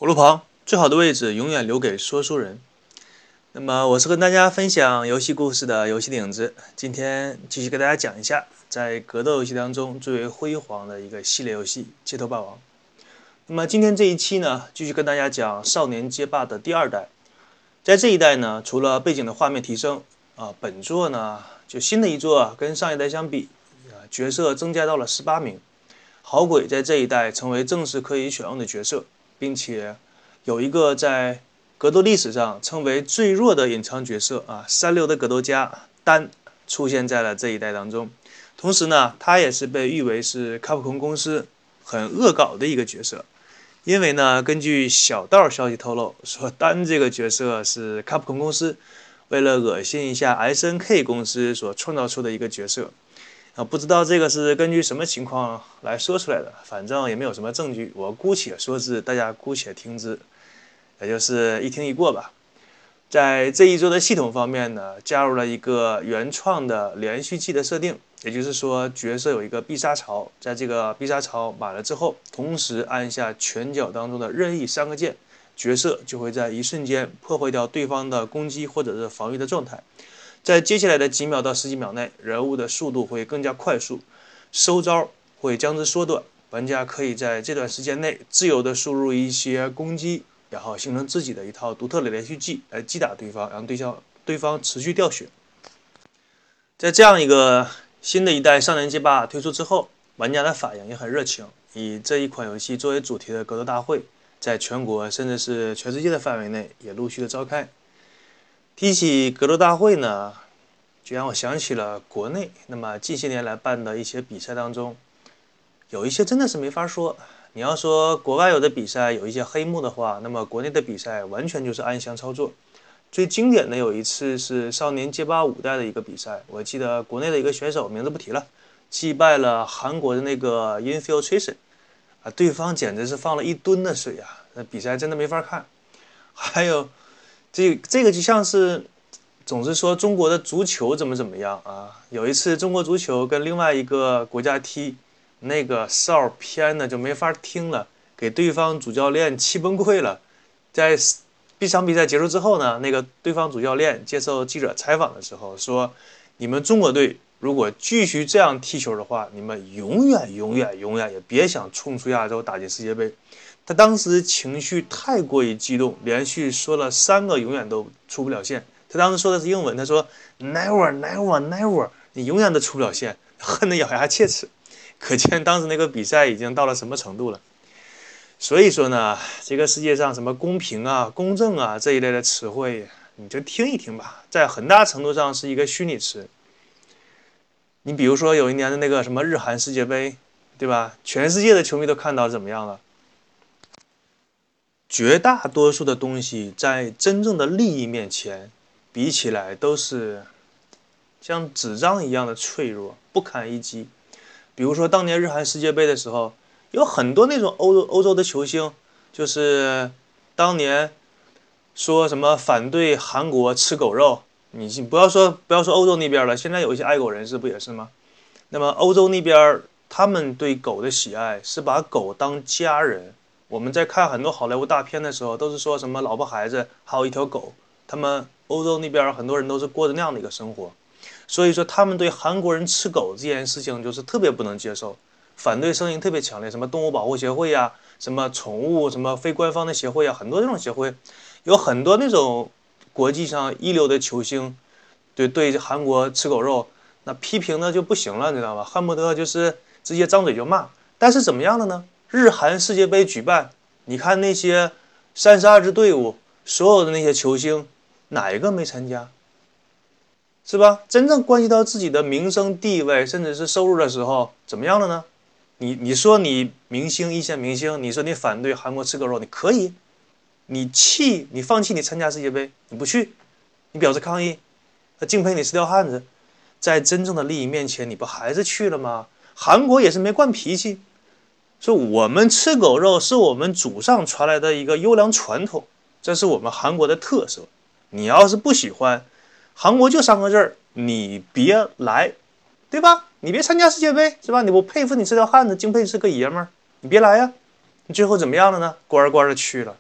火炉旁最好的位置永远留给说书人。那么我是跟大家分享游戏故事的游戏领子，今天继续给大家讲一下在格斗游戏当中最为辉煌的一个系列游戏街头霸王。那么今天这一期呢，继续跟大家讲少年街霸的第二代。在这一代呢，除了背景的画面提升本作呢就新的一作跟上一代相比角色增加到了18名。好鬼在这一代成为正式可以选用的角色，并且有一个在格斗历史上称为最弱的隐藏角色36的格斗家丹出现在了这一代当中。同时呢，他也是被誉为是卡普空公司很恶搞的一个角色，因为呢，根据小道消息透露说，丹这个角色是卡普空公司为了恶心一下 SNK 公司所创造出的一个角色。不知道这个是根据什么情况来说出来的，反正也没有什么证据，我姑且说之，大家姑且听之，也就是一听一过吧。在这一周的系统方面呢，加入了一个原创的连续技的设定，也就是说角色有一个必杀槽，在这个必杀槽满了之后，同时按下拳脚当中的任意3个键，角色就会在一瞬间破坏掉对方的攻击或者是防御的状态。在接下来的几秒到10几秒内，人物的速度会更加快速，收招会将之缩短，玩家可以在这段时间内自由地输入一些攻击，然后形成自己的一套独特的连续技来击打对方，让对方持续掉血。在这样一个新的一代少年街霸推出之后，玩家的反应也很热情，以这一款游戏作为主题的格斗大会在全国甚至是全世界的范围内也陆续的召开。提起格斗大会呢，就让我想起了国内那么近些年来办的一些比赛当中，有一些真的是没法说。你要说国外有的比赛有一些黑幕的话，那么国内的比赛完全就是暗箱操作。最经典的有一次是少年街霸5代的一个比赛，我记得国内的一个选手名字不提了，击败了韩国的那个 Infiltration 对方简直是放了1吨的水那比赛真的没法看。还有这个就像是总是说中国的足球怎么样有一次中国足球跟另外一个国家踢，那个哨偏的就没法听了，给对方主教练气崩溃了。在这场比赛结束之后呢，那个对方主教练接受记者采访的时候说，你们中国队如果继续这样踢球的话，你们永远也别想冲出亚洲打进世界杯。他当时情绪太过于激动，连续说了3个永远都出不了线。他当时说的是英文，他说 never， 你永远都出不了线，恨得咬牙切齿。可见当时那个比赛已经到了什么程度了。所以说呢，这个世界上什么公平公正这一类的词汇，你就听一听吧，在很大程度上是一个虚拟词。你比如说有一年的那个什么日韩世界杯，对吧？全世界的球迷都看到怎么样了。绝大多数的东西在真正的利益面前比起来都是像纸张一样的脆弱，不堪一击。比如说当年日韩世界杯的时候，有很多那种欧洲的球星，就是当年说什么反对韩国吃狗肉，你不要说欧洲那边了，现在有一些爱狗人士不也是吗？那么欧洲那边他们对狗的喜爱是把狗当家人。我们在看很多好莱坞大片的时候，都是说什么老婆孩子还有一条狗，他们欧洲那边很多人都是过着那样的一个生活。所以说他们对韩国人吃狗这件事情就是特别不能接受，反对声音特别强烈，什么动物保护协会什么宠物什么非官方的协会很多这种协会，有很多那种国际上一流的球星对韩国吃狗肉那批评的就不行了，你知道吧？恨不得就是直接张嘴就骂。但是怎么样的呢？日韩世界杯举办，你看那些32支队伍，所有的那些球星哪一个没参加？是吧？真正关系到自己的名声地位甚至是收入的时候，怎么样了呢？你说你明星一线明星，你说你反对韩国吃狗肉，你可以，你放弃你参加世界杯，你不去，你表示抗议，敬佩你是条汉子，在真正的利益面前，你不还是去了吗？韩国也是没惯脾气，说我们吃狗肉是我们祖上传来的一个优良传统，这是我们韩国的特色。你要是不喜欢，韩国就3个字，你别来，对吧？你别参加世界杯，是吧？我佩服你是条汉子，敬佩你是个爷们儿，你别来呀。你最后怎么样了呢？乖乖的去了。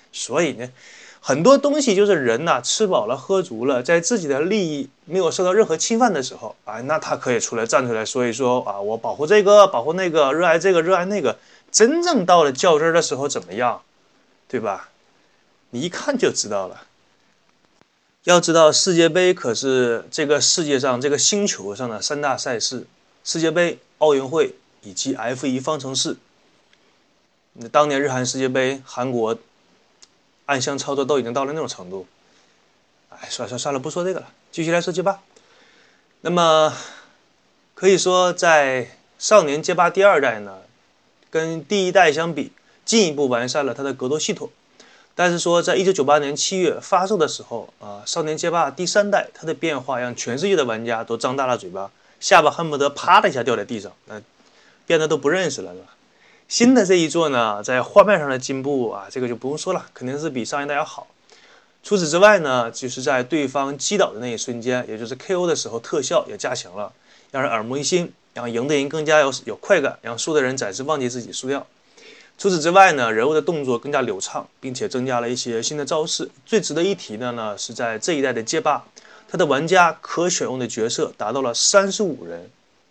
所以呢，很多东西就是人呐，吃饱了喝足了，在自己的利益没有受到任何侵犯的时候啊，那他可以站出来说一说啊，我保护这个，保护那个，热爱这个，热爱那个。真正到了较真的时候怎么样，对吧？你一看就知道了。要知道，世界杯可是这个世界上这个星球上的3大赛事：世界杯、奥运会以及 F1方程式。当年日韩世界杯，韩国暗箱操作都已经到了那种程度。哎，算了，不说这个了，继续来说街霸。那么可以说，在少年街霸第2代呢，跟第1代相比，进一步完善了它的格斗系统。但是说，在1998年7月发售的时候少年街霸第3代它的变化让全世界的玩家都张大了嘴巴，下巴恨不得啪的一下掉在地上，变得都不认识了，是吧？新的这一座呢，在画面上的进步这个就不用说了，肯定是比上一代要好。除此之外呢，就是在对方击倒的那一瞬间，也就是 KO 的时候，特效也加强了，让人耳目一新，让赢的人更加有快感，让输的人暂时忘记自己输掉。除此之外呢，人物的动作更加流畅，并且增加了一些新的招式。最值得一提的呢，是在这一代的街霸，它的玩家可选用的角色达到了35人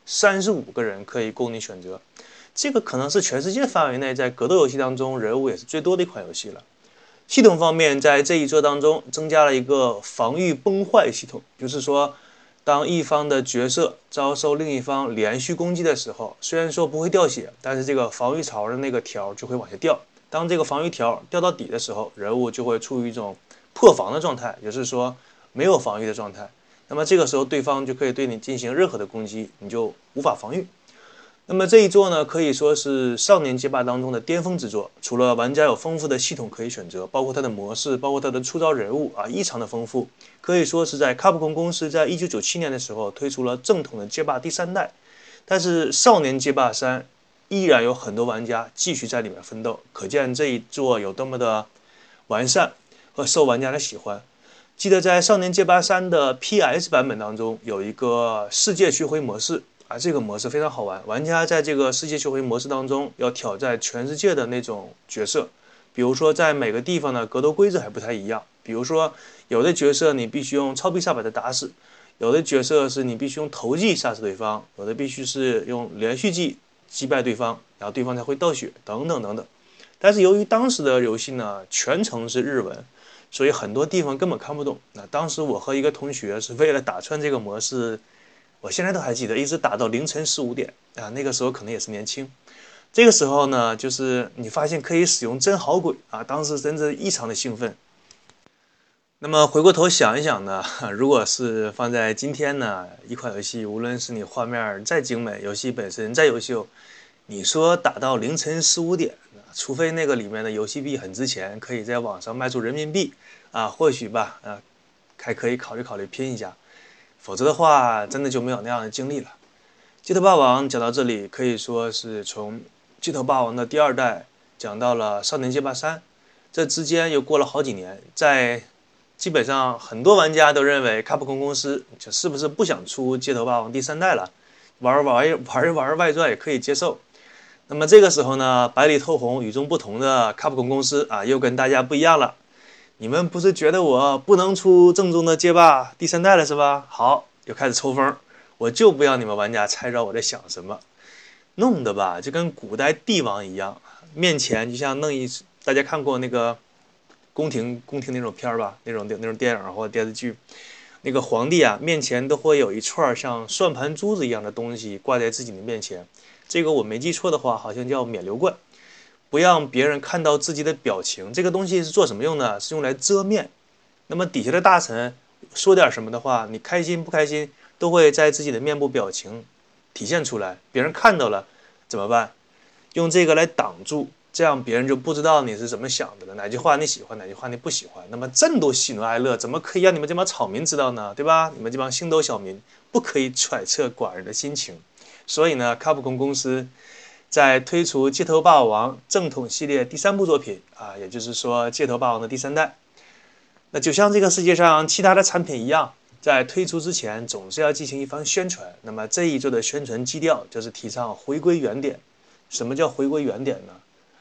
，35个人可以供你选择。这个可能是全世界范围内在格斗游戏当中人物也是最多的一款游戏了。系统方面，在这一座当中增加了一个防御崩坏系统，就是说，当一方的角色遭受另一方连续攻击的时候，虽然说不会掉血，但是这个防御槽的那个条就会往下掉。当这个防御条掉到底的时候，人物就会处于一种破防的状态，也就是说没有防御的状态。那么这个时候，对方就可以对你进行任何的攻击，你就无法防御。那么这一座呢，可以说是少年街霸当中的巅峰之作。除了玩家有丰富的系统可以选择，包括它的模式，包括它的出招人物异常的丰富。可以说是在卡普空公司在1997年的时候推出了正统的街霸第3代。但是少年街霸3依然有很多玩家继续在里面奋斗，可见这一座有多么的完善和受玩家的喜欢。记得在少年街霸3的 PS 版本当中，有一个世界巡回模式。这个模式非常好玩，玩家在这个世界巡回模式当中要挑战全世界的那种角色，比如说在每个地方的格斗规则还不太一样，比如说有的角色你必须用超必杀把它打死，有的角色是你必须用投技杀死对方，有的必须是用连续技击败对方，然后对方才会倒血等等等等。但是由于当时的游戏呢全程是日文，所以很多地方根本看不懂。当时我和一个同学是为了打穿这个模式，我现在都还记得，一直打到凌晨15点那个时候可能也是年轻。这个时候呢，就是你发现可以使用真好鬼当时真是异常的兴奋。那么回过头想一想呢，如果是放在今天呢，一款游戏无论是你画面再精美，游戏本身再优秀，你说打到凌晨15点，除非那个里面的游戏币很值钱，可以在网上卖出人民币或许吧还可以考虑拼一下。否则的话，真的就没有那样的经历了。街头霸王讲到这里，可以说是从街头霸王的第2代讲到了少年街霸3，这之间又过了好几年，在基本上很多玩家都认为卡普空公司是不是不想出街头霸王第3代了，玩外传也可以接受。那么这个时候呢，白里透红、与众不同的卡普空公司又跟大家不一样了。你们不是觉得我不能出正宗的街霸第3代了是吧？好，又开始抽风，我就不让你们玩家猜着我在想什么，弄得吧就跟古代帝王一样，面前就像大家看过那个宫廷那种片吧，那种电影或者电视剧，那个皇帝面前都会有一串像算盘珠子一样的东西挂在自己的面前，这个我没记错的话，好像叫冕旒冠。不让别人看到自己的表情，这个东西是做什么用呢？是用来遮面。那么底下的大臣说点什么的话，你开心不开心都会在自己的面部表情体现出来，别人看到了怎么办？用这个来挡住，这样别人就不知道你是怎么想的了，哪句话你喜欢，哪句话你不喜欢。那么这么多喜怒哀乐，怎么可以让你们这帮草民知道呢？对吧？你们这帮星斗小民不可以揣测寡人的心情。所以呢，卡普空公司在推出街头霸王正统系列第3部作品也就是说街头霸王的第3代。那就像这个世界上其他的产品一样，在推出之前总是要进行一番宣传。那么这一座的宣传基调就是提倡回归原点。什么叫回归原点呢？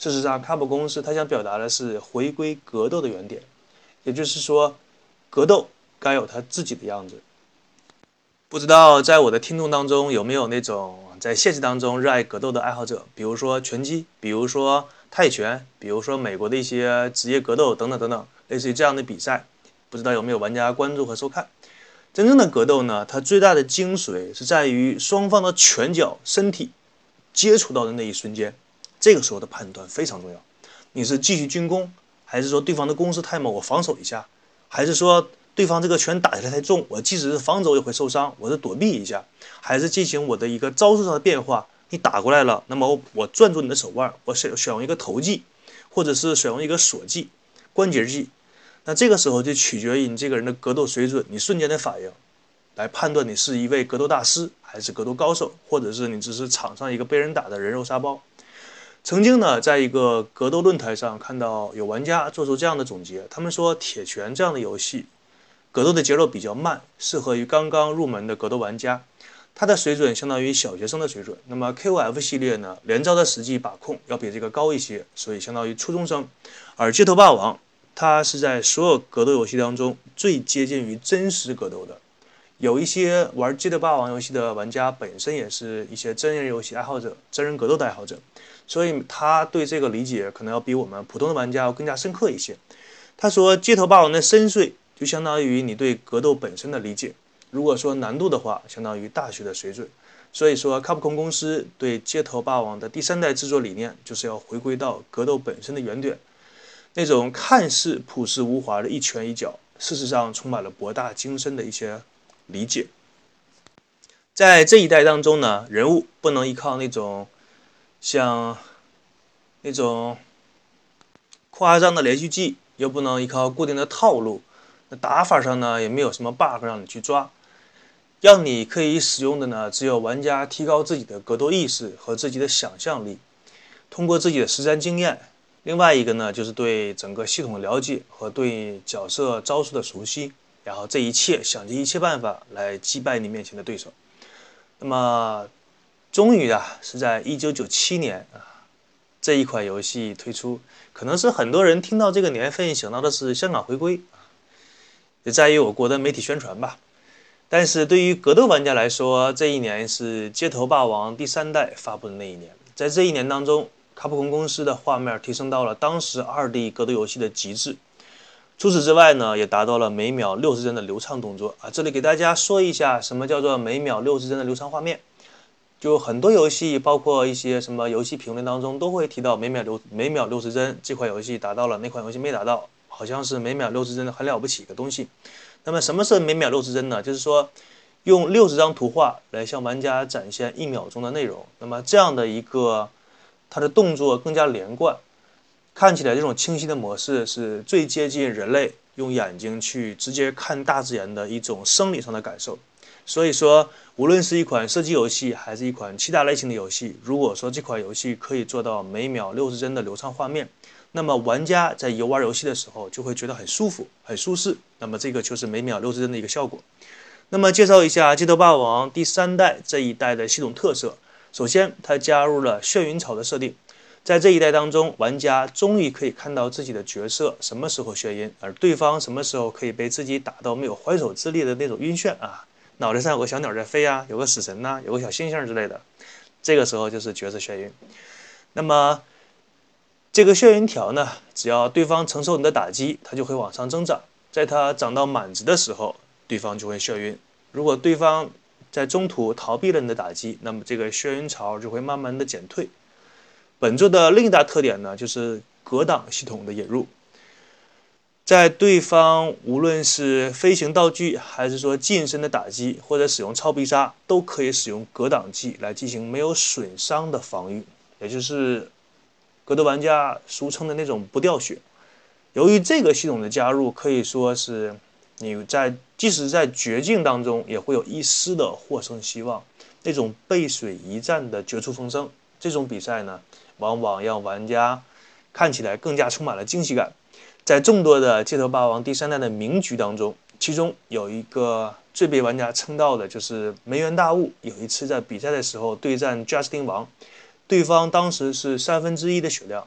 事实上，卡普公司它想表达的是回归格斗的原点，也就是说，格斗该有它自己的样子。不知道在我的听众当中有没有那种在现实当中热爱格斗的爱好者，比如说拳击，比如说泰拳，比如说美国的一些职业格斗等等等等，类似于这样的比赛，不知道有没有玩家关注和收看。真正的格斗呢，它最大的精髓是在于双方的拳脚、身体接触到的那一瞬间，这个时候的判断非常重要。你是继续进攻，还是说对方的攻势太猛，我防守一下，还是说对方这个拳打起来太重，我即使是防守也会受伤，我是躲避一下，还是进行我的一个招数上的变化？你打过来了，那么我攥住你的手腕，我选用一个投技，或者是选用一个锁技、关节技。那这个时候就取决于你这个人的格斗水准，你瞬间的反应，来判断你是一位格斗大师，还是格斗高手，或者是你只是场上一个被人打的人肉沙包。曾经呢，在一个格斗论坛上看到有玩家做出这样的总结，他们说铁拳这样的游戏格斗的节奏比较慢，适合于刚刚入门的格斗玩家，它的水准相当于小学生的水准。那么 KOF 系列呢，连招的实际把控要比这个高一些，所以相当于初中生。而街头霸王，它是在所有格斗游戏当中最接近于真实格斗的。有一些玩街头霸王游戏的玩家本身也是一些真人游戏爱好者、真人格斗的爱好者，所以他对这个理解可能要比我们普通的玩家要更加深刻一些。他说，街头霸王的深邃就相当于你对格斗本身的理解，如果说难度的话，相当于大学的水准。所以说，卡普空公司对街头霸王的第3代制作理念，就是要回归到格斗本身的原点，那种看似朴实无华的一拳一脚，事实上充满了博大精深的一些理解。在这一代当中呢，人物不能依靠那种像那种夸张的连续技，又不能依靠固定的套路，那打法上呢也没有什么 bug 让你去抓，让你可以使用的呢，只有玩家提高自己的格斗意识和自己的想象力，通过自己的实战经验。另外一个呢，就是对整个系统的了解和对角色招数的熟悉，然后这一切想尽一切办法来击败你面前的对手。那么，终于啊，是在1997年啊，这一款游戏推出，可能是很多人听到这个年份想到的是香港回归，也在于我国的媒体宣传吧。但是对于格斗玩家来说，这一年是街头霸王第3代发布的那一年。在这一年当中，卡普空公司的画面提升到了当时2D 格斗游戏的极致。除此之外呢，也达到了每秒60帧的流畅动作啊！这里给大家说一下，什么叫做每秒60帧的流畅画面？就很多游戏，包括一些什么游戏评论当中，都会提到每秒60帧，这款游戏达到了，那款游戏没达到，好像是每秒60帧的很了不起的东西。那么什么是每秒60帧呢？就是说用60张图画来向玩家展现1秒钟的内容。那么这样的一个它的动作更加连贯，看起来这种清晰的模式是最接近人类用眼睛去直接看大自然的一种生理上的感受。所以说，无论是一款射击游戏还是一款其他类型的游戏，如果说这款游戏可以做到每秒60帧的流畅画面，那么玩家在游玩游戏的时候就会觉得很舒服、很舒适。那么这个就是每秒60帧的一个效果。那么介绍一下街头霸王第3代这一代的系统特色。首先，它加入了眩晕草的设定。在这一代当中，玩家终于可以看到自己的角色什么时候眩晕，而对方什么时候可以被自己打到没有还手之力的那种晕眩啊，脑袋上有个小鸟在飞啊，有个死神呐，有个小星星之类的，这个时候就是角色眩晕。那么这个眩晕条呢，只要对方承受你的打击，它就会往上增长，在它长到满值的时候，对方就会眩晕。如果对方在中途逃避了你的打击，那么这个眩晕潮就会慢慢的减退。本作的另一大特点呢，就是格挡系统的引入。在对方无论是飞行道具，还是说近身的打击，或者使用超必杀，都可以使用格挡技来进行没有损伤的防御，也就是格斗玩家俗称的那种不掉血。由于这个系统的加入，可以说是你即使在绝境当中，也会有一丝的获胜希望。那种背水一战的绝处逢生，这种比赛呢，往往让玩家看起来更加充满了惊喜感。在众多的街头霸王第3代的名局当中，其中有一个最被玩家称道的就是梅园大悟。有一次在比赛的时候对战 Justin 王，对方当时是1/3的血量，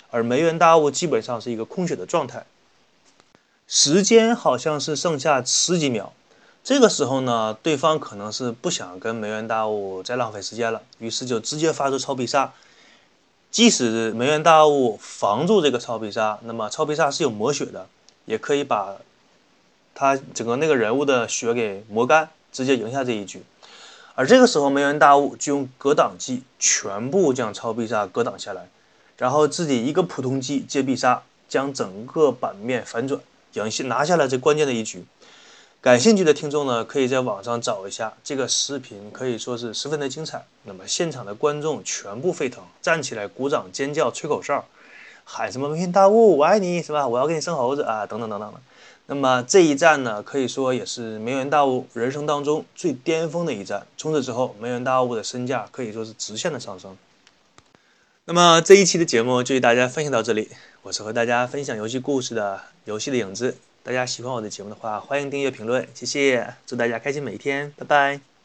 而梅园大悟基本上是一个空血的状态。时间好像是剩下10几秒，这个时候呢，对方可能是不想跟梅园大悟再浪费时间了，于是就直接发出超必杀。即使梅园大悟防住这个超必杀，那么超必杀是有磨血的，也可以把他整个那个人物的血给磨干，直接赢下这一局。而这个时候梅园大悟就用格挡技全部将超必杀格挡下来，然后自己一个普通技接必杀，将整个版面反转，拿下了这关键的一局。感兴趣的听众呢，可以在网上找一下这个视频，可以说是十分的精彩。那么现场的观众全部沸腾，站起来鼓掌、尖叫、吹口哨，喊什么梅园大悟我爱你，是吧？我要给你生猴子啊，等等等等的。那么这一战呢，可以说也是梅园大悟人生当中最巅峰的一战。从此之后，梅园大悟的身价可以说是直线的上升。那么这一期的节目就与大家分享到这里，我是和大家分享游戏故事的游戏的影子。大家喜欢我的节目的话，欢迎订阅评论，谢谢，祝大家开心每一天，拜拜。